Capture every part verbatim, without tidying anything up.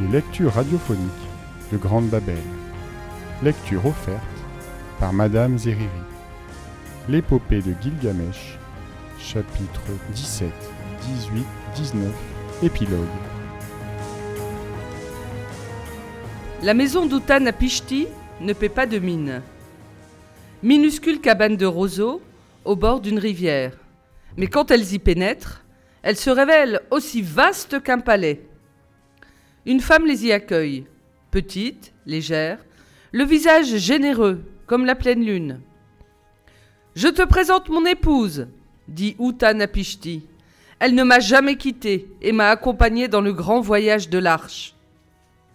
de lecture radiophonique de Grande Babel. Lecture offerte par Madame Zeriri. L'épopée de Gilgamesh, chapitres dix-sept, dix-huit, dix-neuf, épilogue. La maison d'Utanapishti ne paie pas de mine. Minuscule cabane de roseaux au bord d'une rivière. Mais quand elles y pénètrent, elles se révèlent aussi vastes qu'un palais. Une femme les y accueille, petite, légère, le visage généreux, comme la pleine lune. « Je te présente mon épouse, » dit Utanapishti. « Elle ne m'a jamais quittée et m'a accompagnée dans le grand voyage de l'Arche. » L'Arche ?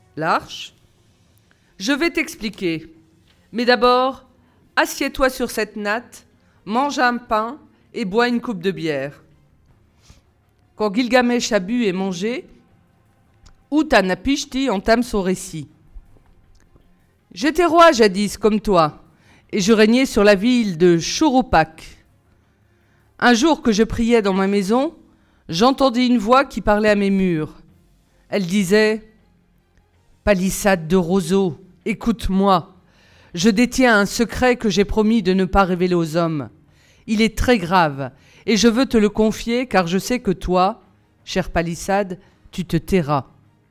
Je vais t'expliquer. Mais d'abord, assieds-toi sur cette natte, mange un pain et bois une coupe de bière. Quand Gilgamesh a bu et mangé, Utanapishti entame son récit. « J'étais roi jadis comme toi, et je régnais sur la ville de Shuruppak. Un jour que je priais dans ma maison, j'entendis une voix qui parlait à mes murs. Elle disait « Palissade de roseaux, écoute-moi. Je détiens un secret que j'ai promis de ne pas révéler aux hommes. Il est très grave, et je veux te le confier car je sais que toi, chère palissade, tu te tairas. »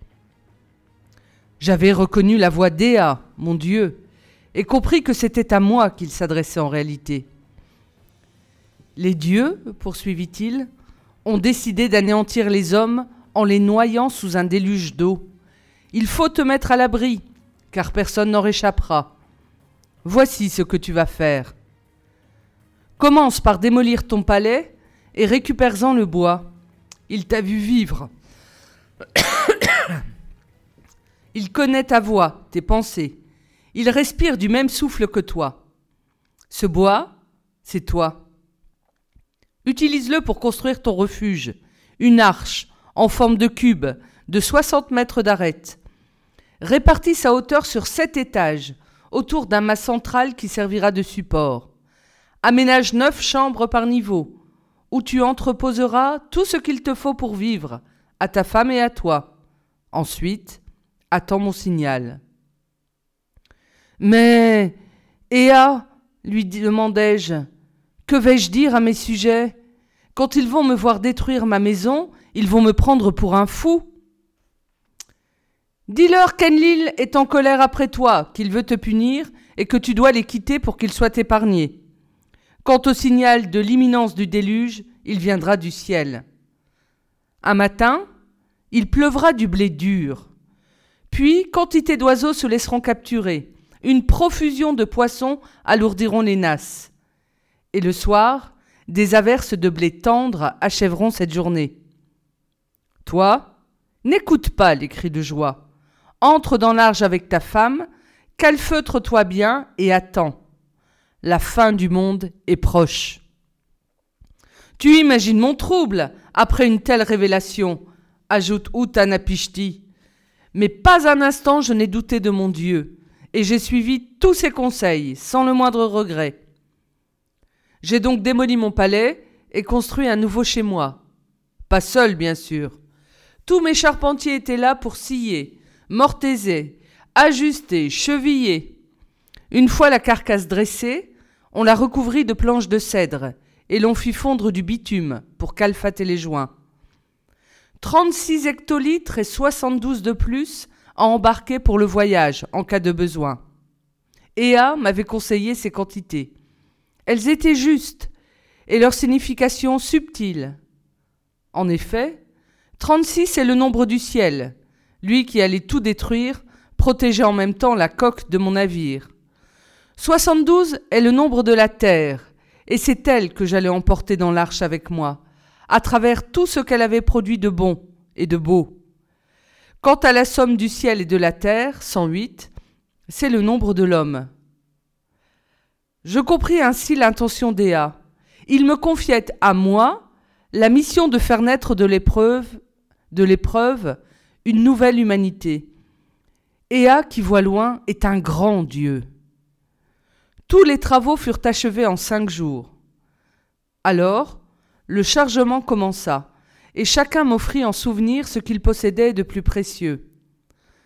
J'avais reconnu la voix d'Ea, mon Dieu, et compris que c'était à moi qu'il s'adressait en réalité. Les dieux, poursuivit-il, ont décidé d'anéantir les hommes en les noyant sous un déluge d'eau. Il faut te mettre à l'abri, car personne n'en échappera. Voici ce que tu vas faire. Commence par démolir ton palais et récupère-en le bois. Il t'a vu vivre. Il connaît ta voix, tes pensées. Il respire du même souffle que toi. Ce bois, c'est toi. Utilise-le pour construire ton refuge, une arche en forme de cube de soixante mètres d'arête. Répartis sa hauteur sur sept étages, autour d'un mât central qui servira de support. Aménage neuf chambres par niveau, où tu entreposeras tout ce qu'il te faut pour vivre, à ta femme et à toi. Ensuite, attends mon signal. Mais, Ea, lui demandai-je, que vais-je dire à mes sujets ? Quand ils vont me voir détruire ma maison, ils vont me prendre pour un fou. Dis-leur qu'Enlil est en colère après toi, qu'il veut te punir et que tu dois les quitter pour qu'ils soient épargnés. Quant au signal de l'imminence du déluge, il viendra du ciel. Un matin, il pleuvra du blé dur. Puis, quantité d'oiseaux se laisseront capturer. Une profusion de poissons alourdiront les nasses. Et le soir, des averses de blé tendre achèveront cette journée. Toi, n'écoute pas les cris de joie. Entre dans l'arche avec ta femme, calfeutre-toi bien et attends. La fin du monde est proche. Tu imagines mon trouble après une telle révélation, ajoute Utanapishti. Mais pas un instant je n'ai douté de mon Dieu, et j'ai suivi tous ses conseils, sans le moindre regret. J'ai donc démoli mon palais et construit un nouveau chez moi. Pas seul, bien sûr. Tous mes charpentiers étaient là pour scier, mortaiser, ajuster, cheviller. Une fois la carcasse dressée, on la recouvrit de planches de cèdre, et l'on fit fondre du bitume pour calfater les joints. trente-six hectolitres et soixante-douze de plus à embarquer pour le voyage en cas de besoin. Ea m'avait conseillé ces quantités. Elles étaient justes et leur signification subtile. En effet, trente-six est le nombre du ciel, lui qui allait tout détruire, protégeait en même temps la coque de mon navire. soixante-douze est le nombre de la terre, et c'est elle que j'allais emporter dans l'arche avec moi, à travers tout ce qu'elle avait produit de bon et de beau. Quant à la somme du ciel et de la terre, cent huit, c'est le nombre de l'homme. Je compris ainsi l'intention d'Ea. Il me confiait à moi la mission de faire naître de l'épreuve, de l'épreuve une nouvelle humanité. Ea, qui voit loin, est un grand Dieu. Tous les travaux furent achevés en cinq jours. Alors, le chargement commença, et chacun m'offrit en souvenir ce qu'il possédait de plus précieux.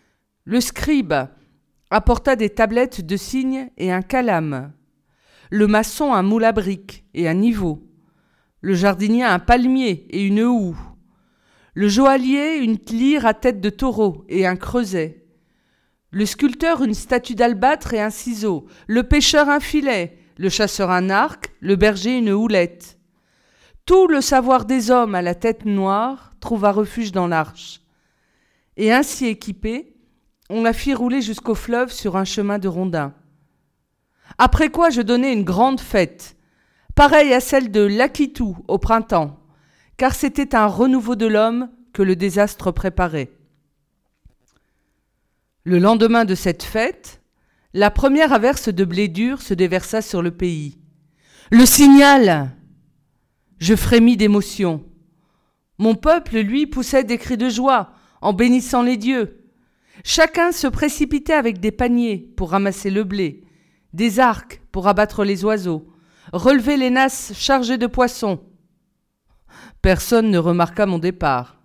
Le scribe apporta des tablettes de signes et un calame. Le maçon un moule à briques et un niveau. Le jardinier un palmier et une houe. Le joaillier une lyre à tête de taureau et un creuset. Le sculpteur une statue d'albâtre et un ciseau. Le pêcheur un filet. Le chasseur un arc. Le berger une houlette. Tout le savoir des hommes à la tête noire trouva refuge dans l'arche. Et ainsi équipé, on la fit rouler jusqu'au fleuve sur un chemin de rondins. Après quoi je donnai une grande fête, pareille à celle de l'Akitou au printemps, car c'était un renouveau de l'homme que le désastre préparait. Le lendemain de cette fête, la première averse de blé dur se déversa sur le pays. Le signal! Je frémis d'émotion. Mon peuple, lui, poussait des cris de joie en bénissant les dieux. Chacun se précipitait avec des paniers pour ramasser le blé, des arcs pour abattre les oiseaux, relever les nasses chargées de poissons. Personne ne remarqua mon départ.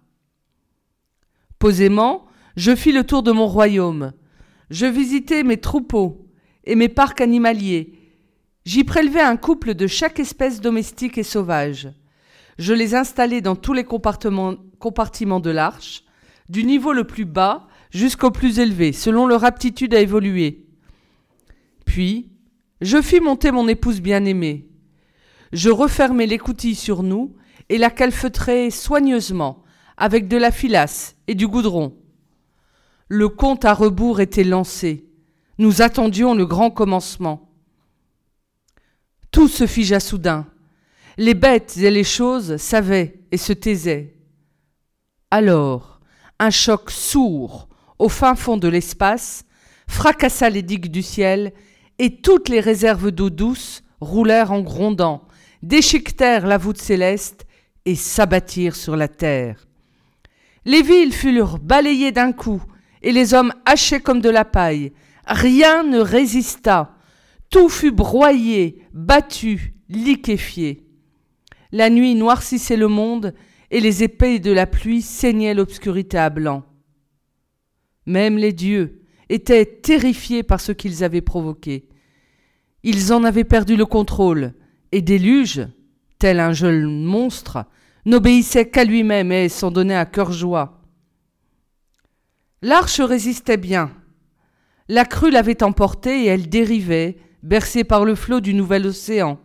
Posément, je fis le tour de mon royaume. Je visitai mes troupeaux et mes parcs animaliers. J'y prélevai un couple de chaque espèce domestique et sauvage. Je les installai dans tous les compartiments, compartiments de l'arche, du niveau le plus bas jusqu'au plus élevé, selon leur aptitude à évoluer. Puis, je fis monter mon épouse bien-aimée. Je refermai l'écoutille sur nous et la calfeutrai soigneusement, avec de la filasse et du goudron. Le compte à rebours était lancé. Nous attendions le grand commencement. Tout se figea soudain. Les bêtes et les choses savaient et se taisaient. Alors, un choc sourd, au fin fond de l'espace, fracassa les digues du ciel, et toutes les réserves d'eau douce roulèrent en grondant, déchiquetèrent la voûte céleste et s'abattirent sur la terre. Les villes furent balayées d'un coup, et les hommes hachés comme de la paille. Rien ne résista. Tout fut broyé, battu, liquéfié. La nuit noircissait le monde, et les épées de la pluie saignaient l'obscurité à blanc. Même les dieux étaient terrifiés par ce qu'ils avaient provoqué. Ils en avaient perdu le contrôle, et Déluge, tel un jeune monstre, n'obéissait qu'à lui-même et s'en donnait à cœur joie. L'arche résistait bien. La crue l'avait emportée et elle dérivait, bercée par le flot du nouvel océan.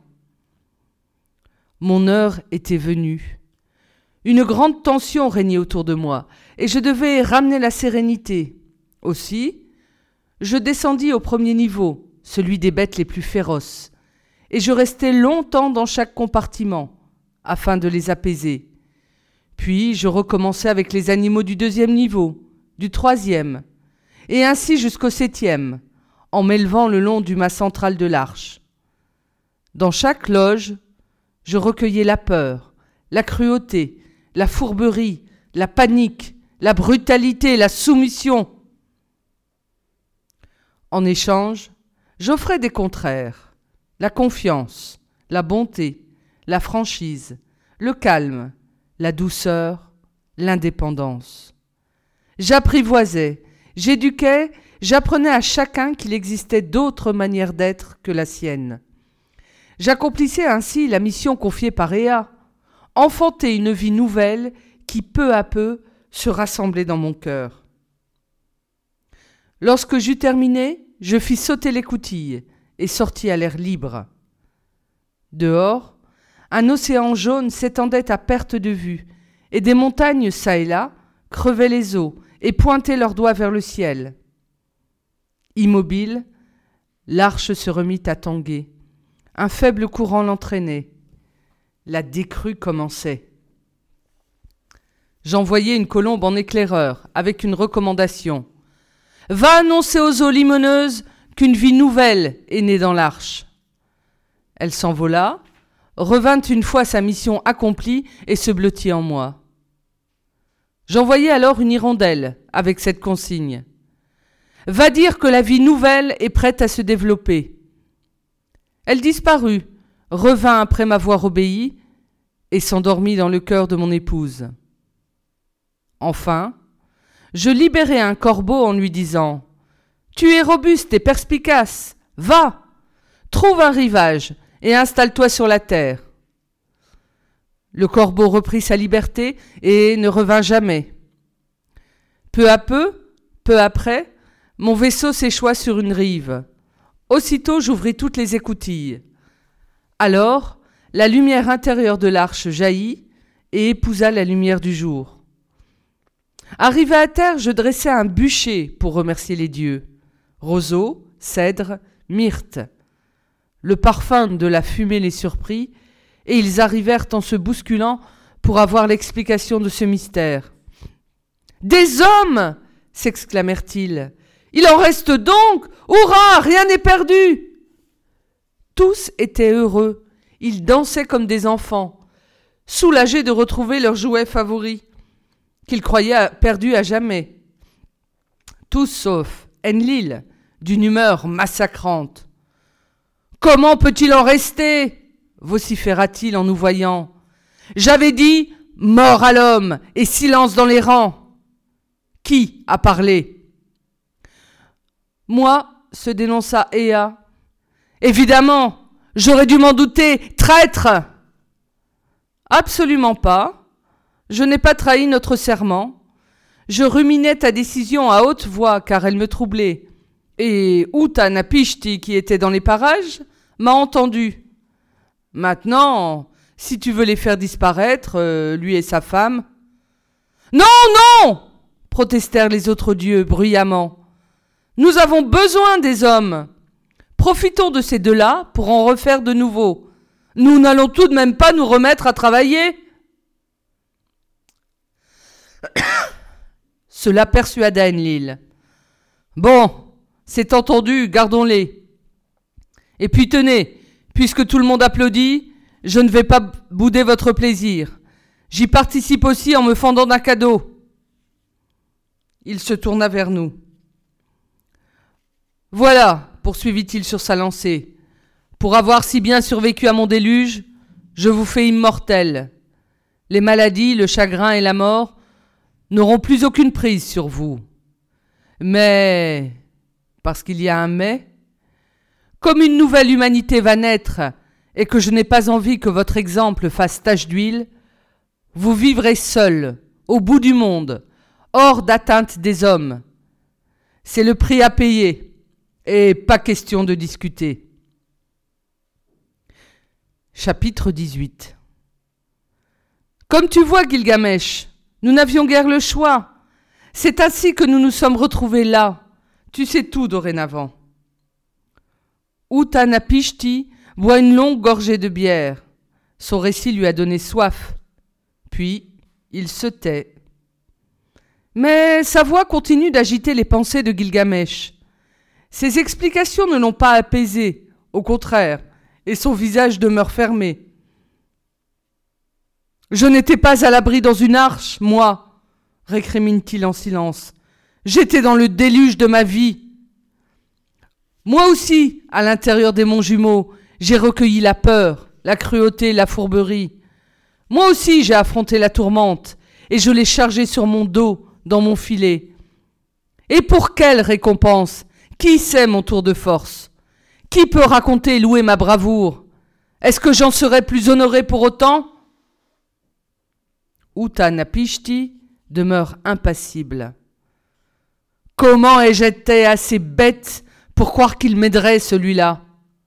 Mon heure était venue. Une grande tension régnait autour de moi, et je devais ramener la sérénité. Aussi, je descendis au premier niveau, celui des bêtes les plus féroces, et je restai longtemps dans chaque compartiment, afin de les apaiser. Puis je recommençai avec les animaux du deuxième niveau, du troisième, et ainsi jusqu'au septième, en m'élevant le long du mât central de l'arche. Dans chaque loge, je recueillais la peur, la cruauté, la fourberie, la panique, la brutalité, la soumission. En échange, j'offrais des contraires, la confiance, la bonté, la franchise, le calme, la douceur, l'indépendance. J'apprivoisais, j'éduquais, j'apprenais à chacun qu'il existait d'autres manières d'être que la sienne. J'accomplissais ainsi la mission confiée par Ea, enfanter une vie nouvelle qui peu à peu se rassemblait dans mon cœur. Lorsque j'eus terminé, je fis sauter l'écoutille et sortis à l'air libre. Dehors, un océan jaune s'étendait à perte de vue, et des montagnes çà et là crevaient les eaux et pointaient leurs doigts vers le ciel. Immobile, l'arche se remit à tanguer. Un faible courant l'entraînait. La décrue commençait. J'envoyai une colombe en éclaireur avec une recommandation. « Va annoncer aux eaux limoneuses qu'une vie nouvelle est née dans l'arche. » Elle s'envola, revint une fois sa mission accomplie et se blottit en moi. J'envoyai alors une hirondelle avec cette consigne. « Va dire que la vie nouvelle est prête à se développer. » Elle disparut, revint après m'avoir obéi et s'endormit dans le cœur de mon épouse. Enfin, je libérai un corbeau en lui disant « Tu es robuste et perspicace, va, trouve un rivage et installe-toi sur la terre. » Le corbeau reprit sa liberté et ne revint jamais. Peu à peu, peu après, mon vaisseau s'échoua sur une rive. Aussitôt j'ouvris toutes les écoutilles. Alors, la lumière intérieure de l'arche jaillit et épousa la lumière du jour. Arrivé à terre, je dressai un bûcher pour remercier les dieux. Roseaux, cèdres, myrte. Le parfum de la fumée les surprit, et ils arrivèrent en se bousculant pour avoir l'explication de ce mystère. « Des hommes !» s'exclamèrent-ils. « Il en reste donc ! Hurrah ! Rien n'est perdu !» Tous étaient heureux. Ils dansaient comme des enfants, soulagés de retrouver leur jouet favori, qu'ils croyaient perdu à jamais. Tous sauf Enlil, d'une humeur massacrante. « Comment peut-il en rester ?» vociféra-t-il en nous voyant. « J'avais dit mort à l'homme et silence dans les rangs. » Qui a parlé ? Moi, se dénonça Ea. Évidemment, j'aurais dû m'en douter, traître ! Absolument pas. Je n'ai pas trahi notre serment. Je ruminais ta décision à haute voix car elle me troublait. Et Utnapishti, qui était dans les parages, m'a entendu. Maintenant, si tu veux les faire disparaître, euh, lui et sa femme... Non, non ! Protestèrent les autres dieux bruyamment. Nous avons besoin des hommes. Profitons de ces deux-là pour en refaire de nouveaux. Nous n'allons tout de même pas nous remettre à travailler. Cela persuada Enlil. Bon, c'est entendu, gardons-les. Et puis tenez, puisque tout le monde applaudit, je ne vais pas bouder votre plaisir. J'y participe aussi en me fendant d'un cadeau. Il se tourna vers nous. Voilà, poursuivit-il sur sa lancée, pour avoir si bien survécu à mon déluge, je vous fais immortel. Les maladies, le chagrin et la mort n'auront plus aucune prise sur vous. Mais, parce qu'il y a un mais, comme une nouvelle humanité va naître et que je n'ai pas envie que votre exemple fasse tache d'huile, vous vivrez seul, au bout du monde, hors d'atteinte des hommes. C'est le prix à payer, et pas question de discuter. Chapitre dix-huit. Comme tu vois, Gilgamesh, nous n'avions guère le choix. C'est ainsi que nous nous sommes retrouvés là. Tu sais tout dorénavant. Utnapishti boit une longue gorgée de bière. Son récit lui a donné soif. Puis, il se tait. Mais sa voix continue d'agiter les pensées de Gilgamesh. Ses explications ne l'ont pas apaisé, au contraire, et son visage demeure fermé. « Je n'étais pas à l'abri dans une arche, moi, » récrimine-t-il en silence. « J'étais dans le déluge de ma vie. Moi aussi, à l'intérieur des monts jumeaux, j'ai recueilli la peur, la cruauté, la fourberie. Moi aussi, j'ai affronté la tourmente, et je l'ai chargée sur mon dos, dans mon filet. Et pour quelle récompense ? Qui sait mon tour de force ? Qui peut raconter et louer ma bravoure ? Est-ce que j'en serais plus honoré pour autant ? » Utnapishti demeure impassible. « Comment ai-je été assez bête pour croire qu'il m'aiderait, celui-là ?»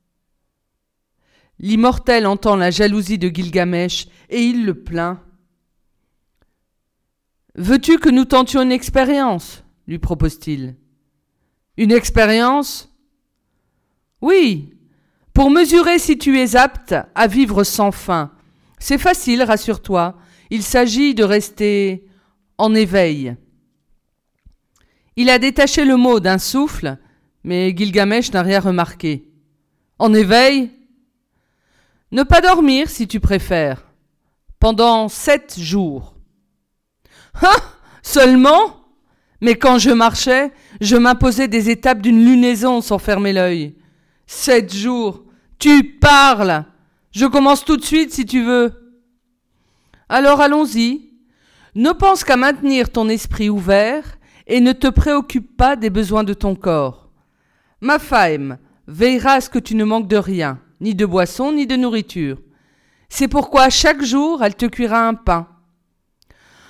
L'immortel entend la jalousie de Gilgamesh et il le plaint. « Veux-tu que nous tentions une expérience ?» lui propose-t-il. « Une expérience ? Oui, pour mesurer si tu es apte à vivre sans fin. C'est facile, rassure-toi. Il s'agit de rester en éveil. » Il a détaché le mot d'un souffle, mais Gilgamesh n'a rien remarqué. « En éveil ? Ne pas dormir, si tu préfères. Pendant sept jours. »« Ah ! Seulement ? Mais quand je marchais, je m'imposais des étapes d'une lunaison sans fermer l'œil. Sept jours. Tu parles. Je commence tout de suite, si tu veux. » Alors allons-y. Ne pense qu'à maintenir ton esprit ouvert et ne te préoccupe pas des besoins de ton corps. Ma femme veillera à ce que tu ne manques de rien, ni de boisson, ni de nourriture. C'est pourquoi chaque jour, elle te cuira un pain. »« Enfantin !»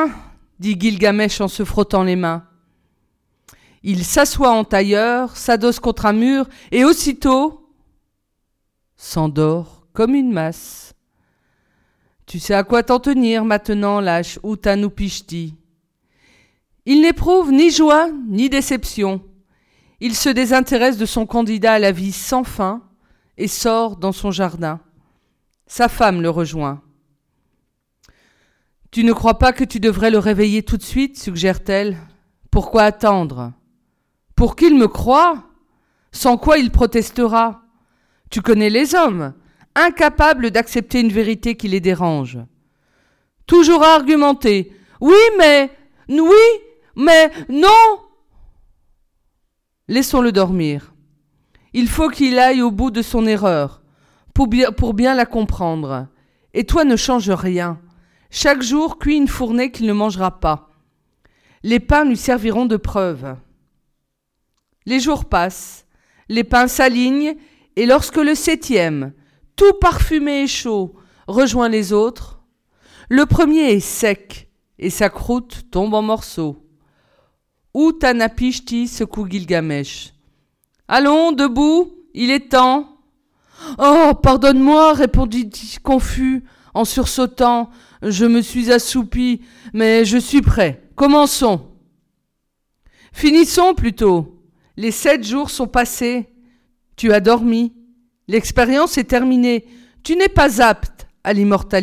dit Gilgamesh en se frottant les mains. Il s'assoit en tailleur, s'adosse contre un mur, et aussitôt s'endort comme une masse. Tu sais à quoi t'en tenir maintenant, lâche Uttanapishti. Il n'éprouve ni joie ni déception. Il se désintéresse de son candidat à la vie sans fin et sort dans son jardin. Sa femme le rejoint. « Tu ne crois pas que tu devrais le réveiller tout de suite ?» suggère-t-elle. « Pourquoi attendre ? Pour qu'il me croie ? Sans quoi il protestera. Tu connais les hommes, incapables d'accepter une vérité qui les dérange. Toujours à argumenter. Oui, mais... Oui, mais... Non !» Laissons-le dormir. Il faut qu'il aille au bout de son erreur, pour bien, pour bien la comprendre. Et toi ne change rien. Chaque jour, cuis une fournée qu'il ne mangera pas. Les pains lui serviront de preuve. Les jours passent, les pains s'alignent, et lorsque le septième, tout parfumé et chaud, rejoint les autres, le premier est sec, et sa croûte tombe en morceaux. Uttanapishti secoue Gilgamesh. « Allons, debout, il est temps. »« Oh, pardonne-moi, répondit-il confus, en sursautant. Je me suis assoupi, mais je suis prêt. Commençons. »« Finissons plutôt. Les sept jours sont passés. Tu as dormi. L'expérience est terminée. Tu n'es pas apte à l'immortalité. »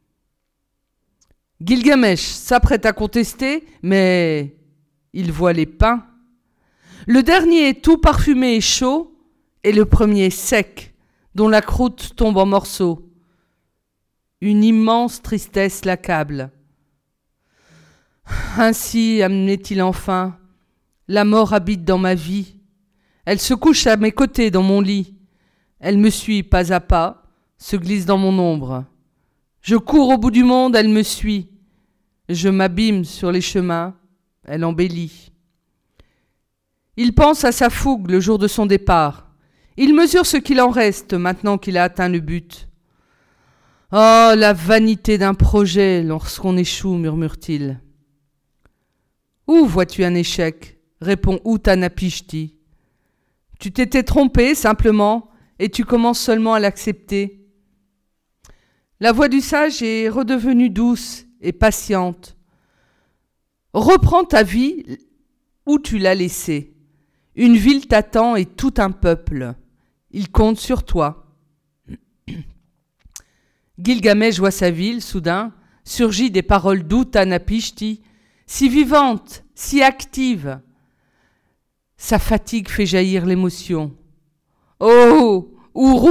Gilgamesh s'apprête à contester, mais il voit les pains. Le dernier est tout parfumé et chaud, et le premier sec, dont la croûte tombe en morceaux. Une immense tristesse l'accable. Ainsi, amenait-il enfin, la mort habite dans ma vie. Elle se couche à mes côtés dans mon lit. Elle me suit pas à pas, se glisse dans mon ombre. Je cours au bout du monde, elle me suit. Je m'abîme sur les chemins, elle embellit. Il pense à sa fougue le jour de son départ. Il mesure ce qu'il en reste maintenant qu'il a atteint le but. « Oh, la vanité d'un projet lorsqu'on échoue, murmure-t-il. »« Où vois-tu un échec ?» répond Uttanapishti. « Tu t'étais trompé simplement et tu commences seulement à l'accepter. » La voix du sage est redevenue douce et patiente. « Reprends ta vie où tu l'as laissée. Une ville t'attend et tout un peuple. Il compte sur toi. » Gilgamesh voit sa ville, soudain, surgit des paroles d'Uttanapishti, si vivantes, si actives. Sa fatigue fait jaillir l'émotion. « Oh, Uruk !»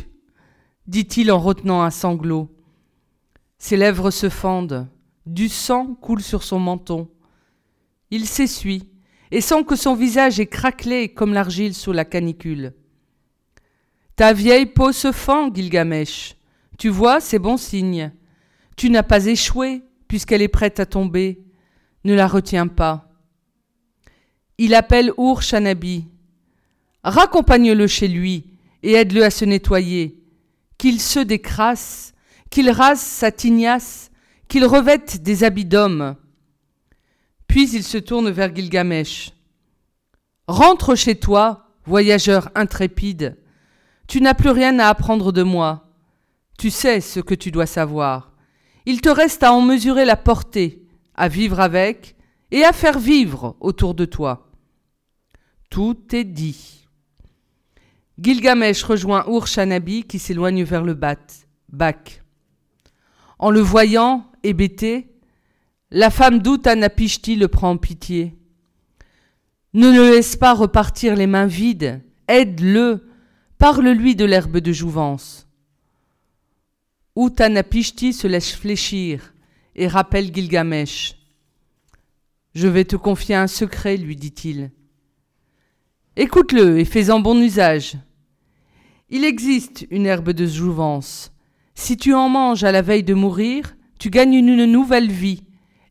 dit-il en retenant un sanglot. Ses lèvres se fendent, du sang coule sur son menton. Il s'essuie et sent que son visage est craquelé comme l'argile sous la canicule. « Ta vieille peau se fend, Gilgamesh. Tu vois, c'est bon signe. Tu n'as pas échoué, puisqu'elle est prête à tomber. Ne la retiens pas. » Il appelle Ur-Shanabi. Raccompagne-le chez lui et aide-le à se nettoyer. Qu'il se décrasse, qu'il rase sa tignasse, qu'il revête des habits d'homme. Puis il se tourne vers Gilgamesh. « Rentre chez toi, voyageur intrépide. Tu n'as plus rien à apprendre de moi. Tu sais ce que tu dois savoir. Il te reste à en mesurer la portée, à vivre avec et à faire vivre autour de toi. » Tout est dit. Gilgamesh rejoint Ur-Shanabi qui s'éloigne vers le bac. En le voyant, hébété, la femme d'Uttanapishti le prend en pitié. « Ne le laisse pas repartir les mains vides, aide-le, parle-lui de l'herbe de jouvence. » Uttanapishti se laisse fléchir et rappelle Gilgamesh. « Je vais te confier un secret, lui dit-il. Écoute-le et fais-en bon usage. Il existe une herbe de jouvence. Si tu en manges à la veille de mourir, tu gagnes une nouvelle vie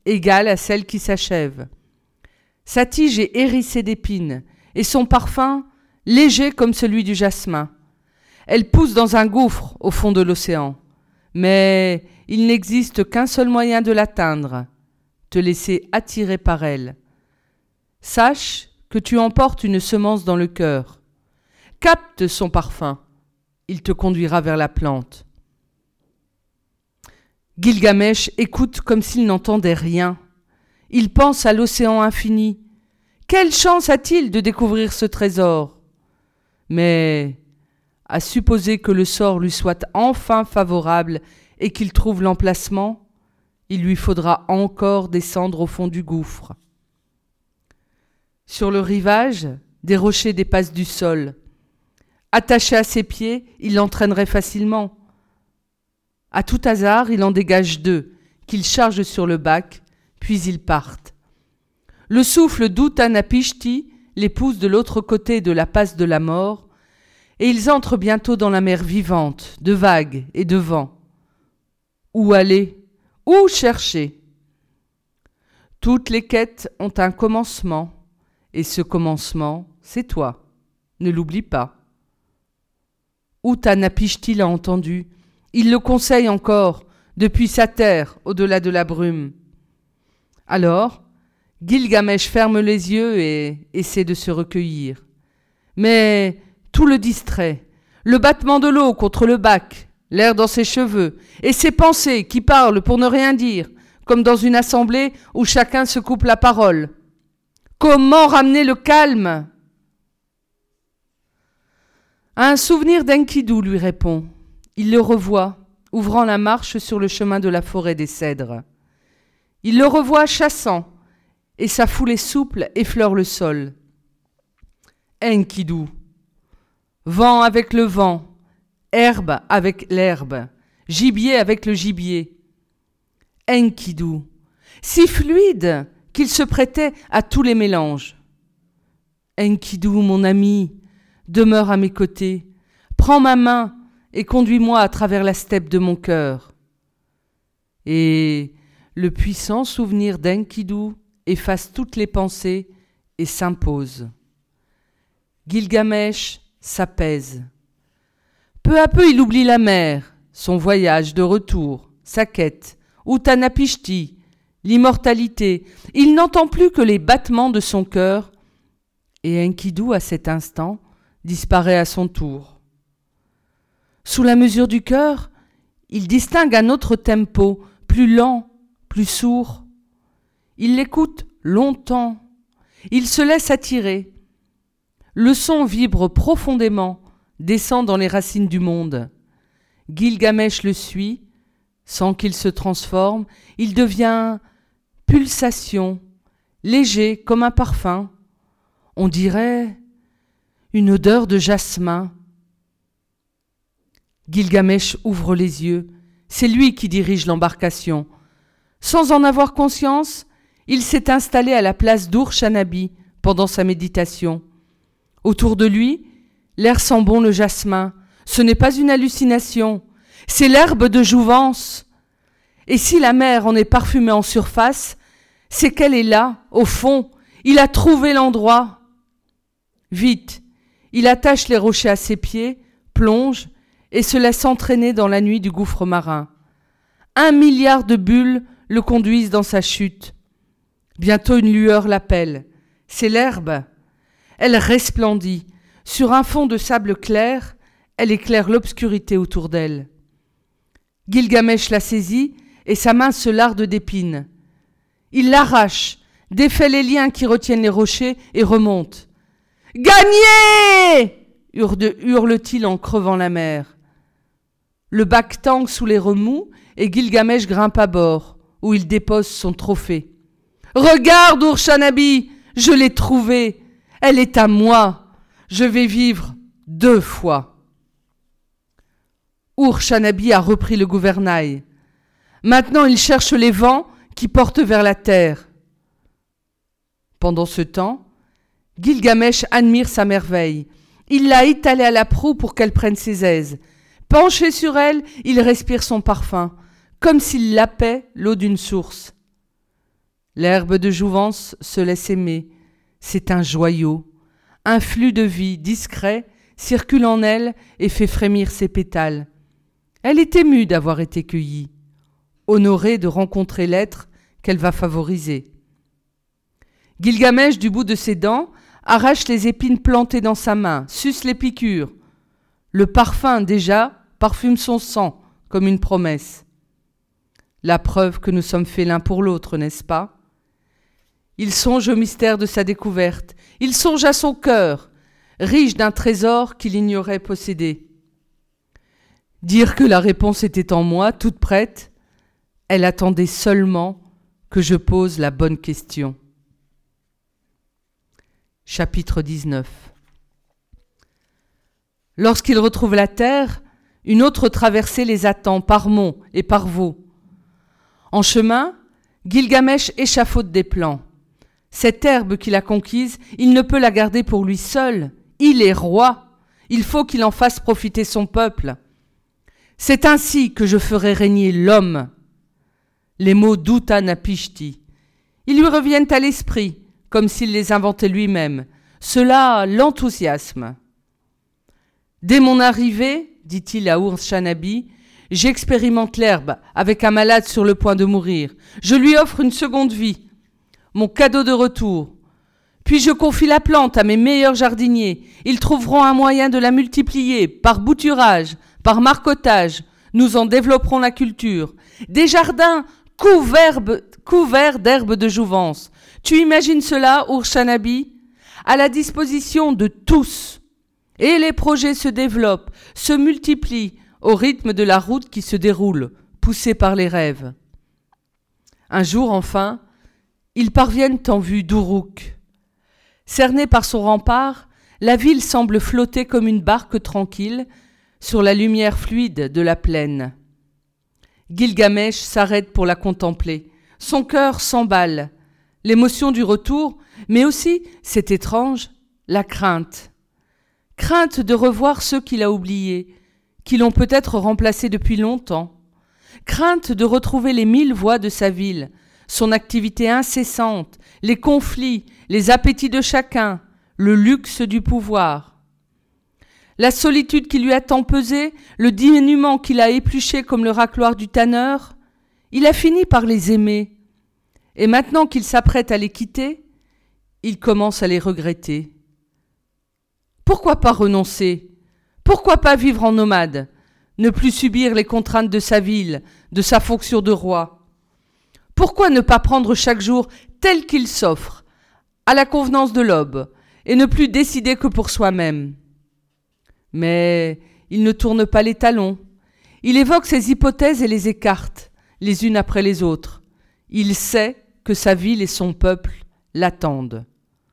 égale à celle qui s'achève. Sa tige est hérissée d'épines, et son parfum léger comme celui du jasmin. Elle pousse dans un gouffre au fond de l'océan. Mais il n'existe qu'un seul moyen de l'atteindre, te laisser attirer par elle. Sache que tu emportes une semence dans le cœur. Capte son parfum, il te conduira vers la plante. Gilgamesh écoute comme s'il n'entendait rien. Il pense à l'océan infini. Quelle chance a-t-il de découvrir ce trésor ? Mais à supposer que le sort lui soit enfin favorable et qu'il trouve l'emplacement, il lui faudra encore descendre au fond du gouffre. Sur le rivage, des rochers dépassent du sol. Attaché à ses pieds, il l'entraînerait facilement. À tout hasard, il en dégage deux, qu'il charge sur le bac, puis ils partent. Le souffle d'Uttanapishti les pousse de l'autre côté de la passe de la mort, et ils entrent bientôt dans la mer vivante, de vagues et de vents. Où aller ? Où chercher ? Toutes les quêtes ont un commencement, et ce commencement, c'est toi. Ne l'oublie pas. Uttanapishti l'a entendu. Il le conseille encore, depuis sa terre, au-delà de la brume. Alors, Gilgamesh ferme les yeux et essaie de se recueillir. Mais tout le distrait. Le battement de l'eau contre le bac, l'air dans ses cheveux, et ses pensées qui parlent pour ne rien dire, comme dans une assemblée où chacun se coupe la parole. Comment ramener le calme ? Un souvenir d'Enkidu lui répond. Il le revoit, ouvrant la marche sur le chemin de la forêt des cèdres. Il le revoit chassant, et sa foulée souple effleure le sol. Enkidu. Vent avec le vent, herbe avec l'herbe, gibier avec le gibier. Enkidu. Si fluide qu'il se prêtait à tous les mélanges. Enkidu, mon ami, demeure à mes côtés, prends ma main et conduis-moi à travers la steppe de mon cœur. Et le puissant souvenir d'Enkidu efface toutes les pensées et s'impose. Gilgamesh s'apaise. Peu à peu, il oublie la mer, son voyage de retour, sa quête, Uttanapishti, l'immortalité. Il n'entend plus que les battements de son cœur, et Enkidu, à cet instant, disparaît à son tour. Sous la mesure du cœur, il distingue un autre tempo, plus lent, plus sourd. Il l'écoute longtemps. Il se laisse attirer. Le son vibre profondément, descend dans les racines du monde. Gilgamesh le suit, sans qu'il se transforme. Il devient pulsation, léger comme un parfum. On dirait une odeur de jasmin. Gilgamesh ouvre les yeux. C'est lui qui dirige l'embarcation. Sans en avoir conscience, il s'est installé à la place d'Ur-Shanabi pendant sa méditation. Autour de lui, l'air sent bon le jasmin. Ce n'est pas une hallucination, c'est l'herbe de jouvence. Et si la mer en est parfumée en surface, c'est qu'elle est là, au fond. Il a trouvé l'endroit. Vite, il attache les rochers à ses pieds, plonge et se laisse entraîner dans la nuit du gouffre marin. Un milliard de bulles le conduisent dans sa chute. Bientôt une lueur l'appelle. C'est l'herbe. Elle resplendit. Sur un fond de sable clair, elle éclaire l'obscurité autour d'elle. Gilgamesh la saisit et sa main se larde d'épines. Il l'arrache, défait les liens qui retiennent les rochers et remonte. « Gagné !» hurle-t-il en crevant la mer. Le bac tangue sous les remous et Gilgamesh grimpe à bord, où il dépose son trophée. « Regarde, Ur-Shanabi, je l'ai trouvée. Elle est à moi. Je vais vivre deux fois. » Ur-Shanabi a repris le gouvernail. Maintenant, il cherche les vents qui portent vers la terre. Pendant ce temps, Gilgamesh admire sa merveille. Il l'a étalée à la proue pour qu'elle prenne ses aises. Penché sur elle, il respire son parfum, comme s'il lapait l'eau d'une source. L'herbe de jouvence se laisse aimer, c'est un joyau. Un flux de vie discret circule en elle et fait frémir ses pétales. Elle est émue d'avoir été cueillie, honorée de rencontrer l'être qu'elle va favoriser. Gilgamesh, du bout de ses dents, arrache les épines plantées dans sa main, suce les piqûres. Le parfum, déjà, parfume son sang, comme une promesse. La preuve que nous sommes faits l'un pour l'autre, n'est-ce pas ? Il songe au mystère de sa découverte. Il songe à son cœur, riche d'un trésor qu'il ignorait posséder. Dire que la réponse était en moi, toute prête, elle attendait seulement que je pose la bonne question. Chapitre dix-neuf. Lorsqu'il retrouve la terre, une autre traversée les attend par monts et par vaux. En chemin, Gilgamesh échafaude des plans. Cette herbe qu'il a conquise, il ne peut la garder pour lui seul. Il est roi. Il faut qu'il en fasse profiter son peuple. C'est ainsi que je ferai régner l'homme. Les mots d'Uttanapishti. Ils lui reviennent à l'esprit, comme s'il les inventait lui-même. Cela l'enthousiasme. Dès mon arrivée, dit-il à Ur-Shanabi, j'expérimente l'herbe avec un malade sur le point de mourir. Je lui offre une seconde vie, mon cadeau de retour. Puis je confie la plante à mes meilleurs jardiniers. Ils trouveront un moyen de la multiplier, par bouturage, par marcottage. Nous en développerons la culture. Des jardins couverts, couverts d'herbes de jouvence. Tu imagines cela, Ur-Shanabi ? À la disposition de tous. Et les projets se développent, se multiplient au rythme de la route qui se déroule, poussée par les rêves. Un jour, enfin, ils parviennent en vue d'Uruk. Cernée par son rempart, la ville semble flotter comme une barque tranquille sur la lumière fluide de la plaine. Gilgamesh s'arrête pour la contempler. Son cœur s'emballe. L'émotion du retour, mais aussi, c'est étrange, la crainte. Crainte de revoir ceux qu'il a oubliés, qui l'ont peut-être remplacé depuis longtemps. Crainte de retrouver les mille voies de sa ville, son activité incessante, les conflits, les appétits de chacun, le luxe du pouvoir. La solitude qui lui a tant pesé, le dénuement qu'il a épluché comme le racloir du tanneur, il a fini par les aimer. Et maintenant qu'il s'apprête à les quitter, il commence à les regretter. Pourquoi pas renoncer ? Pourquoi pas vivre en nomade ? Ne plus subir les contraintes de sa ville, de sa fonction de roi ? Pourquoi ne pas prendre chaque jour tel qu'il s'offre, à la convenance de l'aube, et ne plus décider que pour soi-même ? Mais il ne tourne pas les talons. Il évoque ses hypothèses et les écarte, les unes après les autres. Il sait que sa ville et son peuple l'attendent.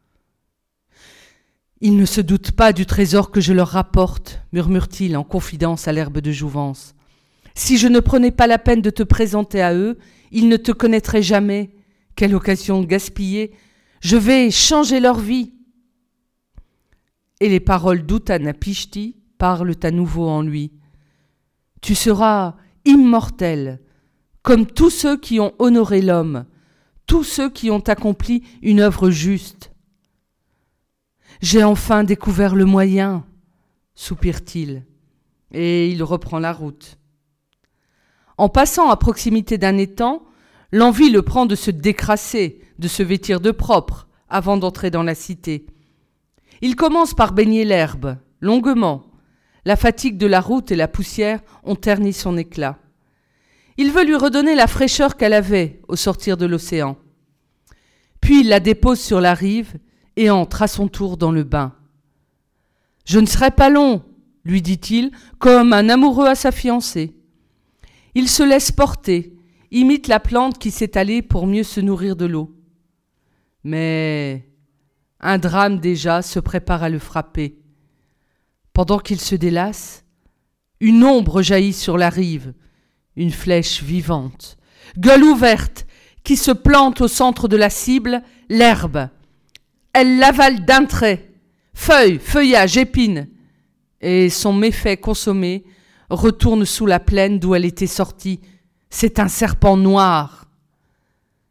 Ils ne se doutent pas du trésor que je leur rapporte, murmure-t-il en confidence à l'herbe de jouvence. Si je ne prenais pas la peine de te présenter à eux, ils ne te connaîtraient jamais. Quelle occasion gaspillée. Je vais changer leur vie. Et les paroles d'Uttanapishti parlent à nouveau en lui. Tu seras immortel, comme tous ceux qui ont honoré l'homme, tous ceux qui ont accompli une œuvre juste. J'ai enfin découvert le moyen, soupire-t-il, et il reprend la route. En passant à proximité d'un étang, l'envie le prend de se décrasser, de se vêtir de propre, avant d'entrer dans la cité. Il commence par baigner l'herbe, longuement. La fatigue de la route et la poussière ont terni son éclat. Il veut lui redonner la fraîcheur qu'elle avait au sortir de l'océan. Puis il la dépose sur la rive et entre à son tour dans le bain. « Je ne serai pas long, » lui dit-il, comme un amoureux à sa fiancée. Il se laisse porter, imite la plante qui s'est allée pour mieux se nourrir de l'eau. Mais un drame déjà se prépare à le frapper. Pendant qu'il se délasse, une ombre jaillit sur la rive, une flèche vivante, gueule ouverte, qui se plante au centre de la cible, l'herbe. Elle l'avale d'un trait, feuilles, feuillages, épines, et son méfait consommé retourne sous la plaine d'où elle était sortie. C'est un serpent noir.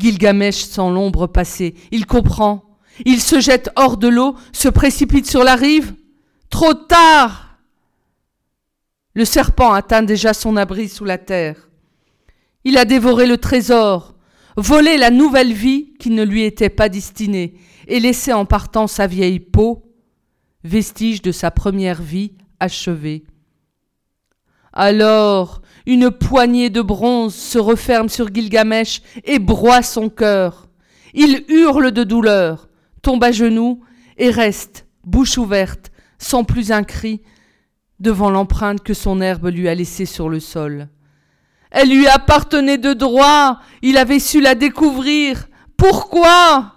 Gilgamesh sent l'ombre passer. Il comprend. Il se jette hors de l'eau, se précipite sur la rive. Trop tard! Le serpent atteint déjà son abri sous la terre. Il a dévoré le trésor, volé la nouvelle vie qui ne lui était pas destinée et laissé en partant sa vieille peau, vestige de sa première vie achevée. Alors, une poignée de bronze se referme sur Gilgamesh et broie son cœur. Il hurle de douleur, tombe à genoux et reste, bouche ouverte, sans plus un cri, devant l'empreinte que son herbe lui a laissée sur le sol. Elle lui appartenait de droit, il avait su la découvrir. Pourquoi?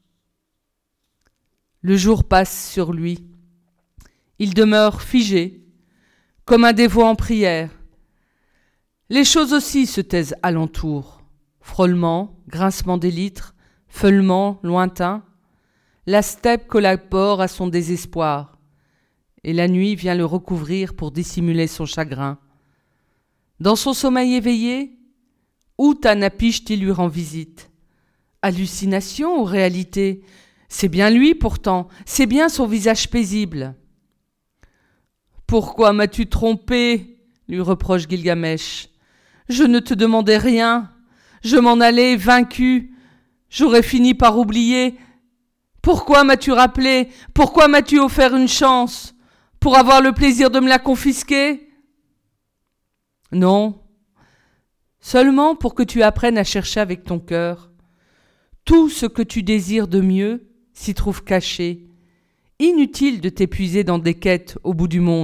Le jour passe sur lui. Il demeure figé, comme un dévot en prière. Les choses aussi se taisent alentour. Frôlement, grincement d'élytres, feulement lointain. La steppe collabore à son désespoir. Et la nuit vient le recouvrir pour dissimuler son chagrin. Dans son sommeil éveillé, Uttanapishti lui rend visite. Hallucination ou réalité? C'est bien lui pourtant, c'est bien son visage paisible. « Pourquoi m'as-tu trompé ?» lui reproche Gilgamesh. « Je ne te demandais rien, je m'en allais vaincu, j'aurais fini par oublier. Pourquoi m'as-tu rappelé? Pourquoi m'as-tu offert une chance? Pour avoir le plaisir de me la confisquer? Non, seulement pour que tu apprennes à chercher avec ton cœur. Tout ce que tu désires de mieux s'y trouve caché. Inutile de t'épuiser dans des quêtes au bout du monde. »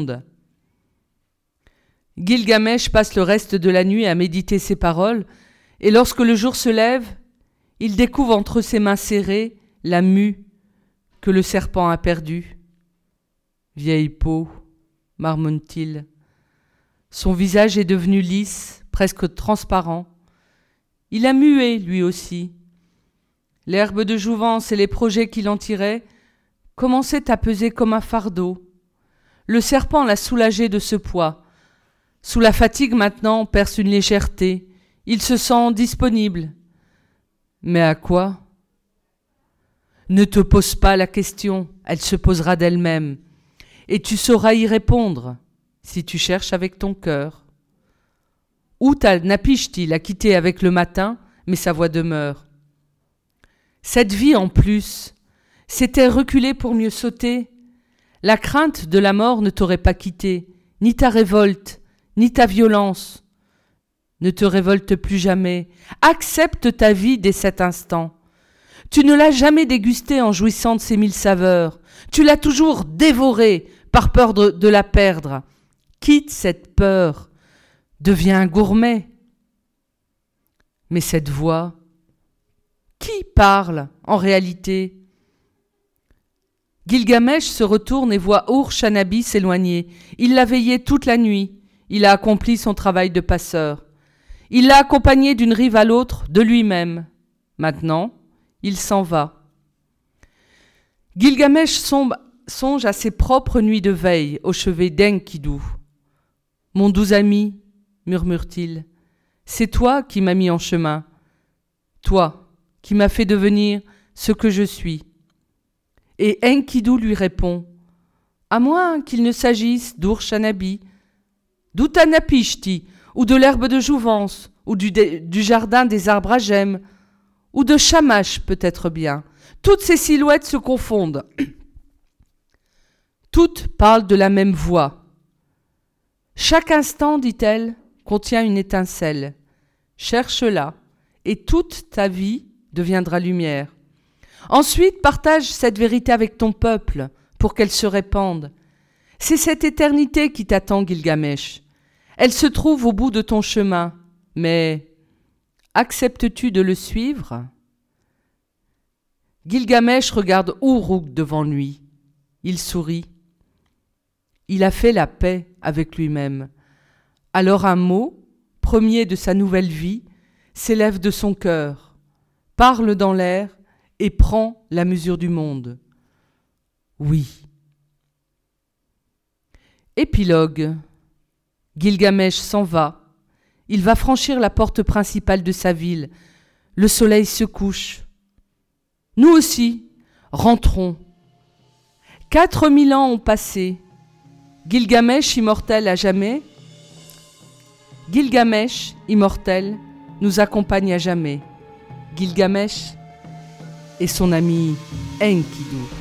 Gilgamesh passe le reste de la nuit à méditer ces paroles, et lorsque le jour se lève, il découvre entre ses mains serrées la mue que le serpent a perdue. « Vieille peau, marmonne-t-il. Son visage est devenu lisse, presque transparent. Il a mué, lui aussi. L'herbe de jouvence et les projets qu'il en tirait commençaient à peser comme un fardeau. Le serpent l'a soulagé de ce poids. Sous la fatigue maintenant perce une légèreté. Il se sent disponible. Mais à quoi? Ne te pose pas la question, elle se posera d'elle-même. Et tu sauras y répondre, si tu cherches avec ton cœur. Uttanapishti l'a quitté avec le matin, mais sa voix demeure. Cette vie en plus, c'était reculer pour mieux sauter. La crainte de la mort ne t'aurait pas quitté, ni ta révolte, ni ta violence. Ne te révolte plus jamais. Accepte ta vie dès cet instant. Tu ne l'as jamais dégustée en jouissant de ses mille saveurs. Tu l'as toujours dévorée par peur de, de la perdre. Quitte cette peur. Deviens un gourmet. Mais cette voix, qui parle en réalité? Gilgamesh se retourne et voit Ur-Shanabi s'éloigner. Il l'a veillé toute la nuit. Il a accompli son travail de passeur. Il l'a accompagné d'une rive à l'autre de lui-même. Maintenant, il s'en va. Gilgamesh sombe, songe à ses propres nuits de veille au chevet d'Enkidu. « Mon doux ami, murmure-t-il, c'est toi qui m'as mis en chemin, toi qui m'as fait devenir ce que je suis. » Et Enkidu lui répond, « À moins qu'il ne s'agisse d'Ur-Shanabi, d'Uttanapishti, ou de l'herbe de jouvence, ou du, dé, du jardin des arbres à gemmes, ou de Shamash peut-être bien. Toutes ces silhouettes se confondent. Toutes parlent de la même voix. Chaque instant, dit-elle, contient une étincelle. Cherche-la, et toute ta vie deviendra lumière. Ensuite, partage cette vérité avec ton peuple, pour qu'elle se répande. C'est cette éternité qui t'attend, Gilgamesh. Elle se trouve au bout de ton chemin, mais acceptes-tu de le suivre? Gilgamesh regarde Uruk devant lui. Il sourit. Il a fait la paix avec lui-même. Alors un mot, premier de sa nouvelle vie, s'élève de son cœur, parle dans l'air et prend la mesure du monde. Oui. Épilogue. Gilgamesh s'en va. Il va franchir la porte principale de sa ville. Le soleil se couche. Nous aussi, rentrons. Quatre mille ans ont passé. Gilgamesh, immortel à jamais. Gilgamesh, immortel, nous accompagne à jamais. Gilgamesh et son ami Enkidu.